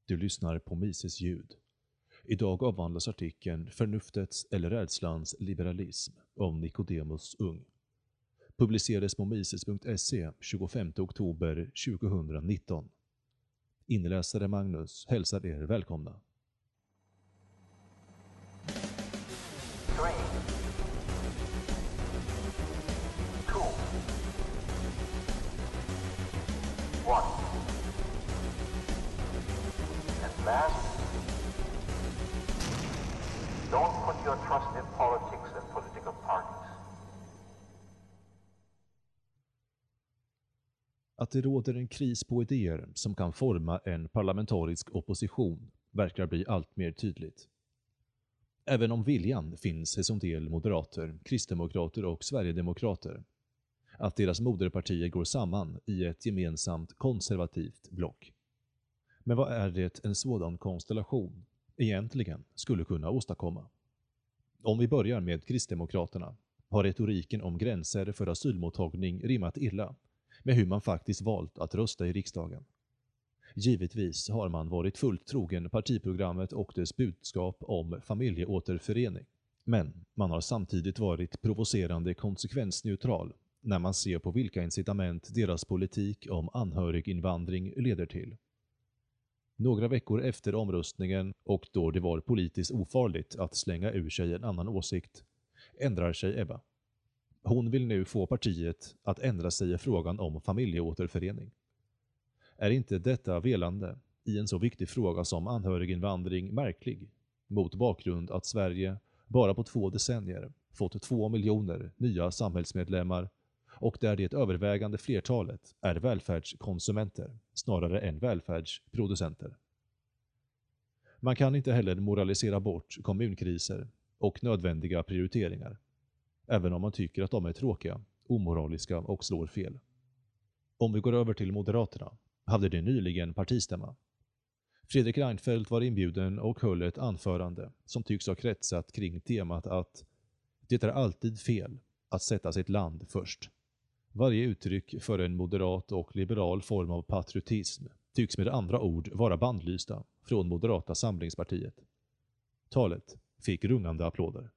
Du lyssnar på Mises ljud. Idag avhandlas artikeln Förnuftets eller rädslans liberalism om Nicodemus Ung. Publicerades på mises.se 25 oktober 2019. Inläsare Magnus hälsar er välkomna. 3, 2, 1. At last, don't put your trust in politics and political parties. Att det råder en kris på idéer som kan forma en parlamentarisk opposition verkar bli allt mer tydligt. Även om viljan finns hos en del moderater, kristdemokrater och sverigedemokrater, att deras moderpartier går samman i ett gemensamt konservativt block. Men vad är det en sådan konstellation egentligen skulle kunna åstadkomma? Om vi börjar med kristdemokraterna har retoriken om gränser för asylmottagning rimmat illa med hur man faktiskt valt att rösta i riksdagen. Givetvis har man varit fullt trogen partiprogrammet och dess budskap om familjeåterförening. Men man har samtidigt varit provocerande konsekvensneutral när man ser på vilka incitament deras politik om anhöriginvandring leder till. Några veckor efter omröstningen och då det var politiskt ofarligt att slänga ur sig en annan åsikt ändrar sig Ebba. Hon vill nu få partiet att ändra sig i frågan om familjeåterförening. Är inte detta velande i en så viktig fråga som anhöriginvandring märklig mot bakgrund att Sverige bara på 2 decennier fått 2 miljoner nya samhällsmedlemmar och där det övervägande flertalet är välfärdskonsumenter snarare än välfärdsproducenter. Man kan inte heller moralisera bort kommunkriser och nödvändiga prioriteringar, även om man tycker att de är tråkiga, omoraliska och slår fel. Om vi går över till Moderaterna hade det nyligen partistämma. Fredrik Reinfeldt var inbjuden och höll ett anförande som tycks ha kretsat kring temat att det är alltid fel att sätta sitt land först. Varje uttryck för en moderat och liberal form av patriotism tycks med andra ord vara bandlysta från Moderata samlingspartiet. Talet fick rungande applåder.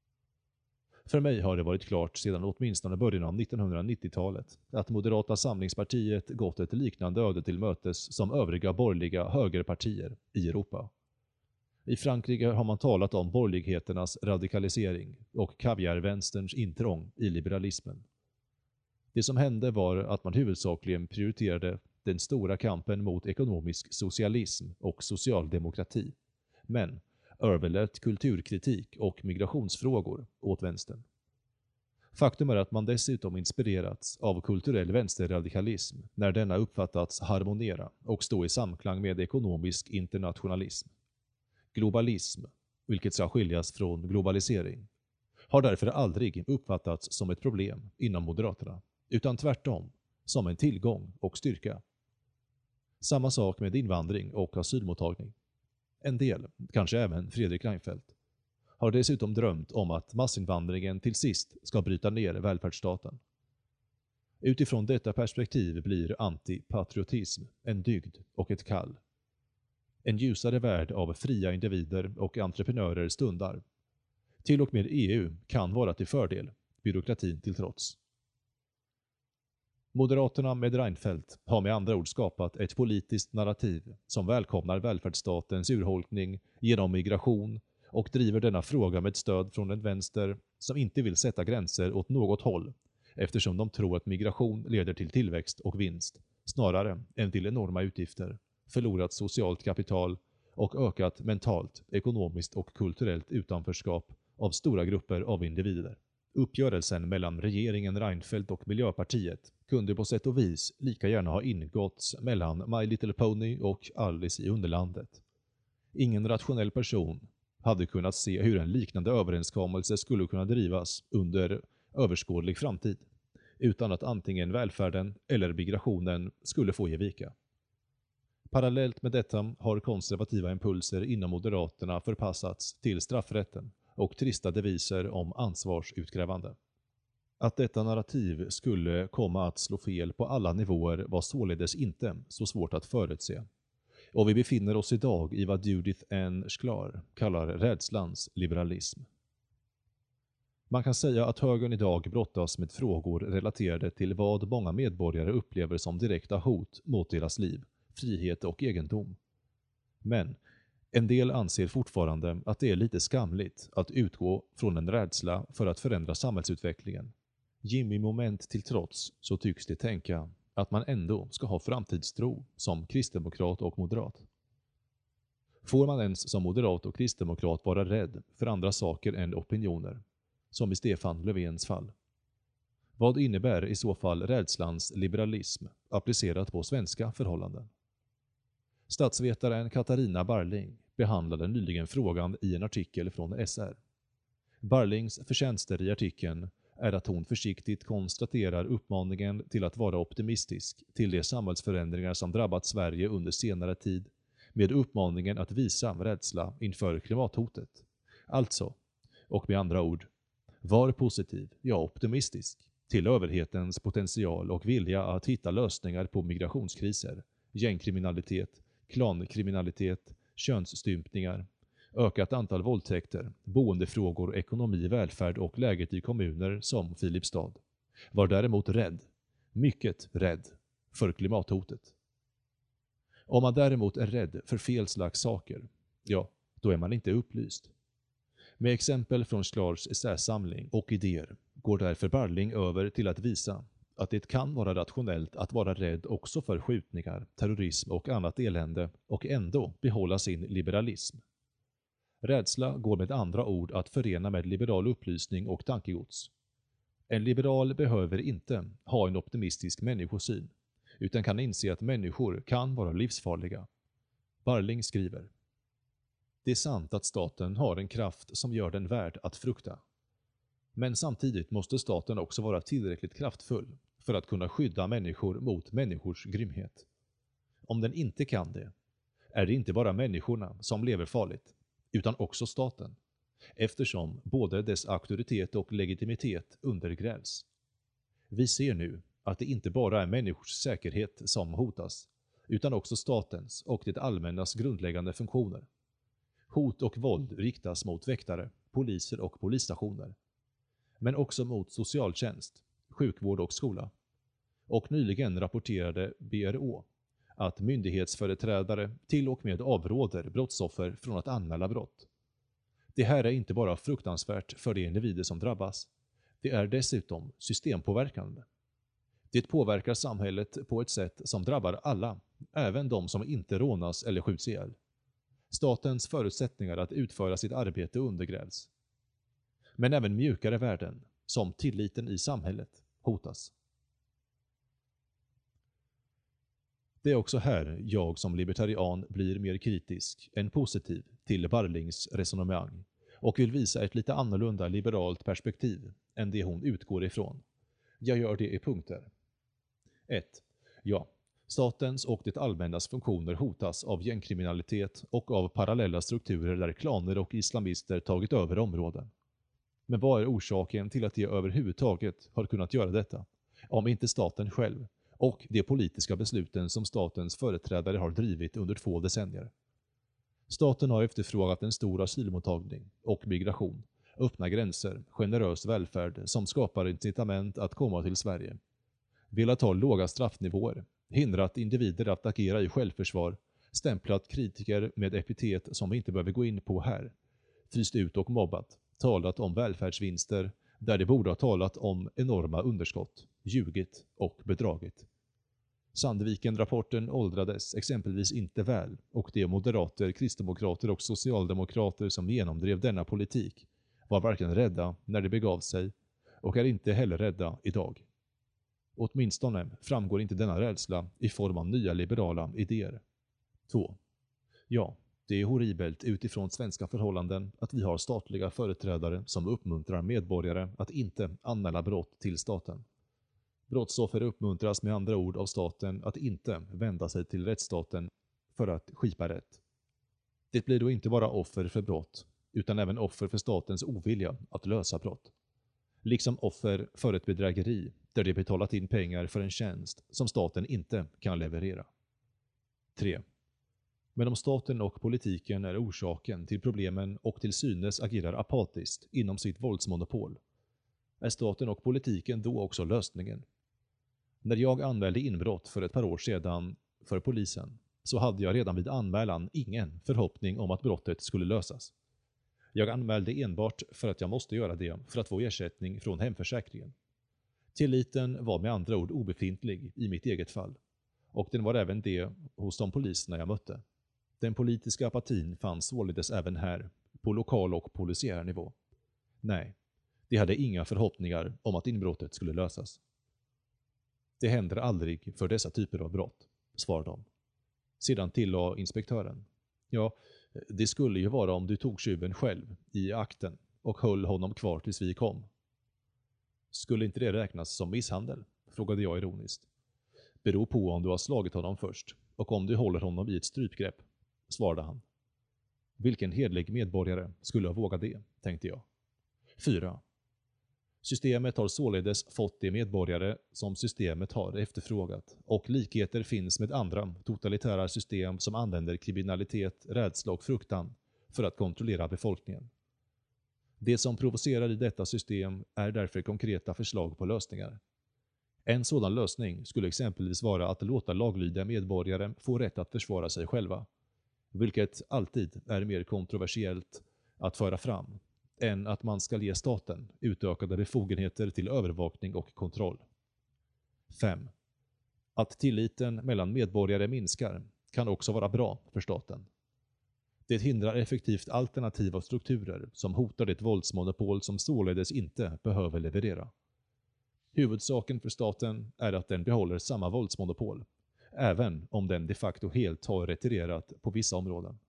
För mig har det varit klart sedan åtminstone början av 1990-talet att Moderata samlingspartiet gått ett liknande öde till mötes som övriga borgerliga högerpartier i Europa. I Frankrike har man talat om borgerligheternas radikalisering och kaviarvänsterns intrång i liberalismen. Det som hände var att man huvudsakligen prioriterade den stora kampen mot ekonomisk socialism och socialdemokrati, men överlät kulturkritik och migrationsfrågor åt vänstern. Faktum är att man dessutom inspirerats av kulturell vänsterradikalism när denna uppfattats harmonera och stå i samklang med ekonomisk internationalism. Globalism, vilket ska skiljas från globalisering, har därför aldrig uppfattats som ett problem inom Moderaterna, utan tvärtom som en tillgång och styrka. Samma sak med invandring och asylmottagning. En del, kanske även Fredrik Reinfeldt, har dessutom drömt om att massinvandringen till sist ska bryta ner välfärdsstaten. Utifrån detta perspektiv blir antipatriotism en dygd och ett kall. En ljusare värld av fria individer och entreprenörer stundar. Till och med EU kan vara till fördel, byråkratin till trots. Moderaterna med Reinfeldt har med andra ord skapat ett politiskt narrativ som välkomnar välfärdsstatens urholkning genom migration och driver denna fråga med stöd från en vänster som inte vill sätta gränser åt något håll eftersom de tror att migration leder till tillväxt och vinst snarare än till enorma utgifter, förlorat socialt kapital och ökat mentalt, ekonomiskt och kulturellt utanförskap av stora grupper av individer. Uppgörelsen mellan regeringen Reinfeldt och Miljöpartiet kunde på sätt och vis lika gärna ha ingåtts mellan My Little Pony och Alice i Underlandet. Ingen rationell person hade kunnat se hur en liknande överenskommelse skulle kunna drivas under överskådlig framtid, utan att antingen välfärden eller migrationen skulle få ge vika. Parallellt med detta har konservativa impulser inom Moderaterna förpassats till straffrätten och trista deviser om ansvarsutkrävande. Att detta narrativ skulle komma att slå fel på alla nivåer var således inte så svårt att förutse. Och vi befinner oss idag i vad Judith N. Shklar kallar rädslans liberalism. Man kan säga att högern idag brottas med frågor relaterade till vad många medborgare upplever som direkta hot mot deras liv, frihet och egendom. Men en del anser fortfarande att det är lite skamligt att utgå från en rädsla för att förändra samhällsutvecklingen. Jimmy-moment till trots så tycks det tänka att man ändå ska ha framtidstro som kristdemokrat och moderat. Får man ens som moderat och kristdemokrat vara rädd för andra saker än opinioner, som i Stefan Löfvens fall? Vad innebär i så fall rädslans liberalism applicerat på svenska förhållanden? Statsvetaren Katarina Barling behandlade nyligen frågan i en artikel från SR. Barlings förtjänster i artikeln är att hon försiktigt konstaterar uppmaningen till att vara optimistisk till de samhällsförändringar som drabbat Sverige under senare tid, med uppmaningen att visa rädsla inför klimathotet. Alltså, och med andra ord, var positiv, ja optimistisk, till överhetens potential och vilja att hitta lösningar på migrationskriser, gängkriminalitet, klankriminalitet, könsstympningar, ökat antal våldtäkter, boendefrågor, ekonomi, välfärd och läget i kommuner som Filipstad. Var däremot rädd, mycket rädd, för klimathotet. Om man däremot är rädd för fel slags saker, ja, då är man inte upplyst. Med exempel från Shklars essäsamling och idéer går därför Barling över till att visa att det kan vara rationellt att vara rädd också för skjutningar, terrorism och annat elände och ändå behålla sin liberalism. Rädsla går med andra ord att förena med liberal upplysning och tankegods. En liberal behöver inte ha en optimistisk människosyn, utan kan inse att människor kan vara livsfarliga. Barling skriver: Det är sant att staten har en kraft som gör den värd att frukta. Men samtidigt måste staten också vara tillräckligt kraftfull för att kunna skydda människor mot människors grymhet. Om den inte kan det, är det inte bara människorna som lever farligt, utan också staten, eftersom både dess auktoritet och legitimitet undergrävs. Vi ser nu att det inte bara är människors säkerhet som hotas, utan också statens och det allmännas grundläggande funktioner. Hot och våld riktas mot väktare, poliser och polisstationer, men också mot socialtjänst, sjukvård och skola. Och nyligen rapporterade BRÅ att myndighetsföreträdare till och med avråder brottsoffer från att anmäla brott. Det här är inte bara fruktansvärt för de individer som drabbas, det är dessutom systempåverkande. Det påverkar samhället på ett sätt som drabbar alla, även de som inte rånas eller skjuts ihjäl. Statens förutsättningar att utföra sitt arbete undergrävs. Men även mjukare värden, som tilliten i samhället, hotas. Det är också här jag som libertarian blir mer kritisk än positiv till Barlings resonemang och vill visa ett lite annorlunda liberalt perspektiv än det hon utgår ifrån. Jag gör det i punkter. 1. Ja, statens och det allmännas funktioner hotas av gängkriminalitet och av parallella strukturer där klaner och islamister tagit över områden. Men vad är orsaken till att de överhuvudtaget har kunnat göra detta, om inte staten själv och de politiska besluten som statens företrädare har drivit under 2 decennier? Staten har efterfrågat en stor asylmottagning och migration, öppna gränser, generös välfärd som skapar incitament att komma till Sverige. Velat ha låga straffnivåer, hindrat individer att agera i självförsvar, stämplat kritiker med epitet som vi inte behöver gå in på här, fryst ut och mobbat, talat om välfärdsvinster där det borde ha talat om enorma underskott, ljugit och bedragit. Sandviken-rapporten åldrades exempelvis inte väl och de moderater, kristdemokrater och socialdemokrater som genomdrev denna politik var varken rädda när det begav sig och är inte heller rädda idag. Åtminstone framgår inte denna rädsla i form av nya liberala idéer. 2. Ja, det är horribelt utifrån svenska förhållanden att vi har statliga företrädare som uppmuntrar medborgare att inte anmäla brott till staten. Brottsoffer uppmuntras med andra ord av staten att inte vända sig till rättsstaten för att skipa rätt. Det blir då inte bara offer för brott, utan även offer för statens ovilja att lösa brott. Liksom offer för ett bedrägeri där de betalat in pengar för en tjänst som staten inte kan leverera. 3. Men om staten och politiken är orsaken till problemen och till synes agerar apatiskt inom sitt våldsmonopol, är staten och politiken då också lösningen? När jag anmälde inbrott för ett par år sedan för polisen, så hade jag redan vid anmälan ingen förhoppning om att brottet skulle lösas. Jag anmälde enbart för att jag måste göra det för att få ersättning från hemförsäkringen. Tilliten var med andra ord obefintlig i mitt eget fall, och den var även det hos de poliserna jag mötte. Den politiska apatin fanns således även här, på lokal och polisiär nivå. Nej, de hade inga förhoppningar om att inbrottet skulle lösas. Det händer aldrig för dessa typer av brott, svarade de. Sedan tillade inspektören. Ja, det skulle ju vara om du tog tjuven själv i akten och höll honom kvar tills vi kom. Skulle inte det räknas som misshandel? Frågade jag ironiskt. Beror på om du har slagit honom först och om du håller honom i ett strypgrepp, svarade han. Vilken hedlig medborgare skulle ha vågat det, tänkte jag. 4. Systemet har således fått de medborgare som systemet har efterfrågat, och likheter finns med andra totalitära system som använder kriminalitet, rädsla och fruktan för att kontrollera befolkningen. Det som provocerar i detta system är därför konkreta förslag på lösningar. En sådan lösning skulle exempelvis vara att låta laglydiga medborgare få rätt att försvara sig själva, vilket alltid är mer kontroversiellt att föra fram än att man ska ge staten utökade befogenheter till övervakning och kontroll. 5. Att tilliten mellan medborgare minskar kan också vara bra för staten. Det hindrar effektivt alternativa strukturer som hotar det våldsmonopol som således inte behöver leverera. Huvudsaken för staten är att den behåller samma våldsmonopol, även om den de facto helt har retirerat på vissa områden.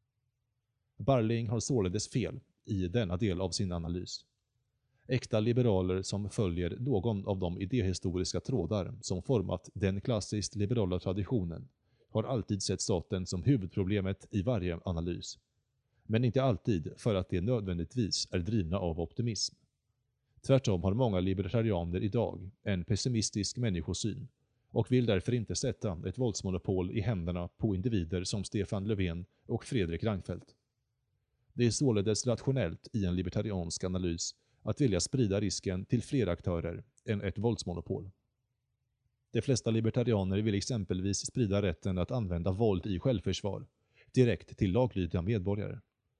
Barling har således fel i denna del av sin analys. Äkta liberaler som följer någon av de idéhistoriska trådar som format den klassiskt liberala traditionen har alltid sett staten som huvudproblemet i varje analys. Men inte alltid för att det nödvändigtvis är drivna av optimism. Tvärtom har många libertarianer idag en pessimistisk människosyn och vill därför inte sätta ett våldsmonopol i händerna på individer som Stefan Löfven och Fredrik Reinfeldt. Det är således rationellt i en libertariansk analys att vilja sprida risken till fler aktörer än ett våldsmonopol. De flesta libertarianer vill exempelvis sprida rätten att använda våld i självförsvar direkt till laglydiga medborgare.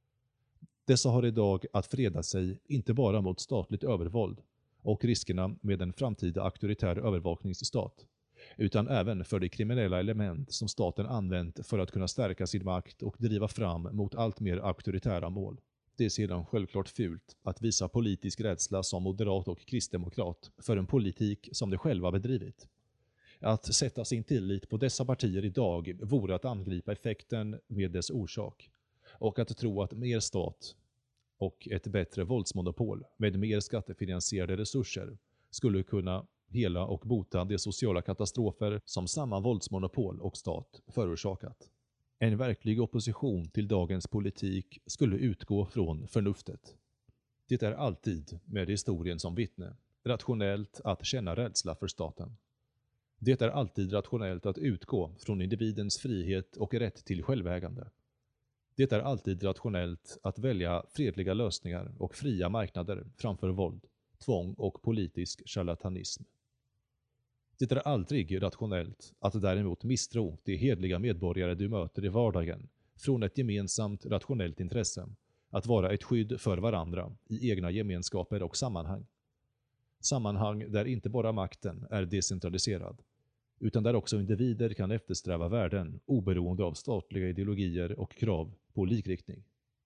Dessa har idag att freda sig inte bara mot statligt övervåld och riskerna med en framtida auktoritär övervakningsstat, utan även för de kriminella element som staten använt för att kunna stärka sin makt och driva fram mot allt mer auktoritära mål. Det är sedan självklart fult att visa politisk rädsla som moderat och kristdemokrat för en politik som de själva bedrivit. Att sätta sin tillit på dessa partier idag vore att angripa effekten med dess orsak, och att tro att mer stat och ett bättre våldsmonopol med mer skattefinansierade resurser skulle kunna hela och bota de sociala katastrofer som samma våldsmonopol och stat förorsakat. En verklig opposition till dagens politik skulle utgå från förnuftet. Det är alltid, med historien som vittne, rationellt att känna rädsla för staten. Det är alltid rationellt att utgå från individens frihet och rätt till självägande. Det är alltid rationellt att välja fredliga lösningar och fria marknader framför våld, tvång och politisk charlatanism. Det är aldrig rationellt att däremot misstro de hedliga medborgare du möter i vardagen från ett gemensamt rationellt intresse, att vara ett skydd för varandra i egna gemenskaper och sammanhang. Sammanhang där inte bara makten är decentraliserad, utan där också individer kan eftersträva värden oberoende av statliga ideologier och krav på likriktning.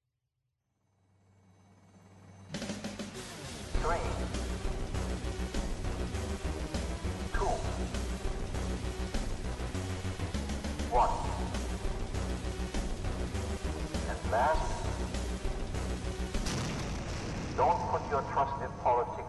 3, 2, 1. And last, don't put your trust in politics